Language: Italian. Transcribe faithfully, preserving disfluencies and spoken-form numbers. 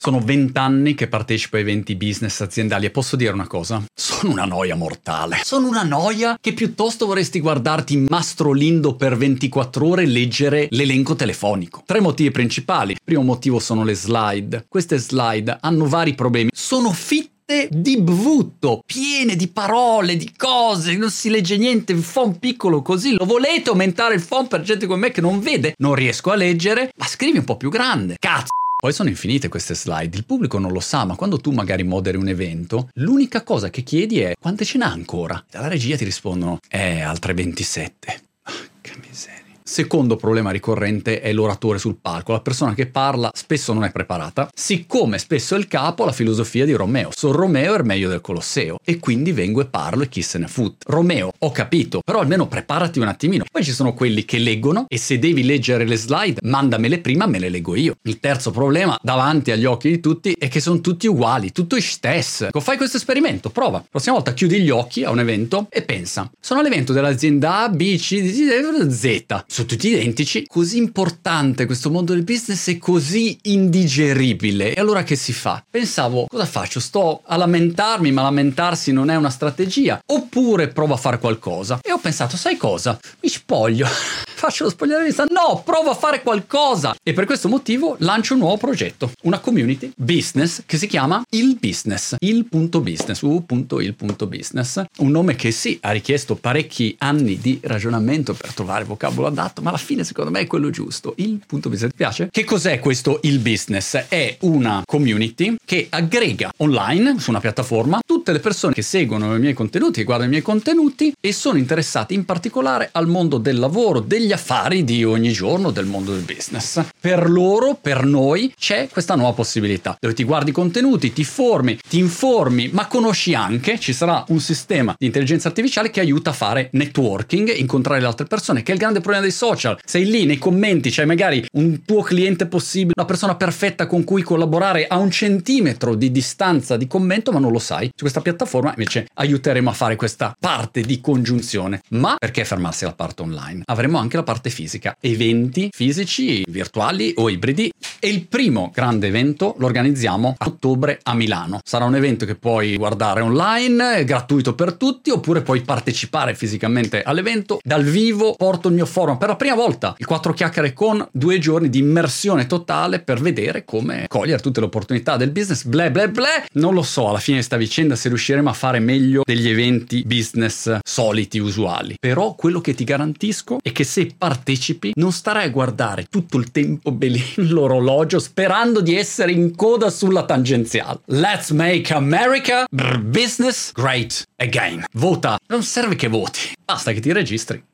Sono vent'anni che partecipo a eventi business aziendali e posso dire una cosa? Sono una noia mortale. Sono una noia che piuttosto vorresti guardarti Mastro Lindo per ventiquattro ore e leggere l'elenco telefonico. Tre motivi principali. Primo motivo sono le slide. Queste slide hanno vari problemi. Sono fitte di brutto, piene di parole, di cose, non si legge niente, il font piccolo così. Lo volete aumentare il font per gente come me che non vede? Non riesco a leggere, ma scrivi un po' più grande. Cazzo! Poi sono infinite queste slide, il pubblico non lo sa, ma quando tu magari moderi un evento, l'unica cosa che chiedi è quante ce n'ha ancora? Dalla regia ti rispondono, eh, altre ventisette. Ah, che miseria. Secondo problema ricorrente è l'oratore sul palco, la persona che parla spesso non è preparata, siccome spesso è il capo la filosofia di Romeo, son Romeo è il meglio del Colosseo e quindi vengo e parlo e chi se ne fout. Romeo, ho capito, però almeno preparati un attimino. Poi ci sono quelli che leggono e se devi leggere le slide mandamele prima, me le leggo io. Il terzo problema davanti agli occhi di tutti è che sono tutti uguali, tutto stesso. Fai questo esperimento, prova. La prossima volta chiudi gli occhi a un evento e pensa, sono all'evento dell'azienda A, B, C, D, Z. Sono tutti identici, così importante questo mondo del business è così indigeribile. E allora che si fa? Pensavo, cosa faccio? Sto a lamentarmi, ma lamentarsi non è una strategia? Oppure provo a fare qualcosa? E ho pensato, sai cosa? Mi spoglio. Faccio lo spogliarellista? No, provo a fare qualcosa! E per questo motivo lancio un nuovo progetto, una community business che si chiama Il Business, il.business, u.il.business. Un nome che sì, ha richiesto parecchi anni di ragionamento per trovare vocabolo adatto, ma alla fine secondo me è quello giusto. Il.business, ti piace? Che cos'è questo Il Business? È una community che aggrega online, su una piattaforma, tutte le persone che seguono i miei contenuti, che guardano i miei contenuti e sono interessati in particolare al mondo del lavoro, degli affari di ogni giorno del mondo del business. Per loro, per noi, c'è questa nuova possibilità dove ti guardi i contenuti, ti formi, ti informi, ma conosci anche, ci sarà un sistema di intelligenza artificiale che aiuta a fare networking, incontrare le altre persone, che è il grande problema dei social. Sei lì nei commenti, c'hai magari un tuo cliente possibile, una persona perfetta con cui collaborare a un centimetro di distanza di commento, ma non lo sai. Su questa piattaforma invece aiuteremo a fare questa parte di congiunzione. Ma perché fermarsi alla parte online? Avremo anche la parte fisica, eventi fisici, virtuali o ibridi, e il primo grande evento lo organizziamo a ottobre a Milano. Sarà un evento che puoi guardare online, è gratuito per tutti, oppure puoi partecipare fisicamente all'evento dal vivo. Porto il mio forum per la prima volta, il quattro chiacchiere con due giorni di immersione totale per vedere come cogliere tutte le opportunità del business. Ble ble ble, non lo so alla fine di sta vicenda se riusciremo a fare meglio degli eventi business soliti, usuali, però quello che ti garantisco è che se partecipi non starai a guardare tutto il tempo l'orologio sperando di essere in coda sulla tangenziale. Let's make America business great again. Vota, non serve che voti, basta che ti registri.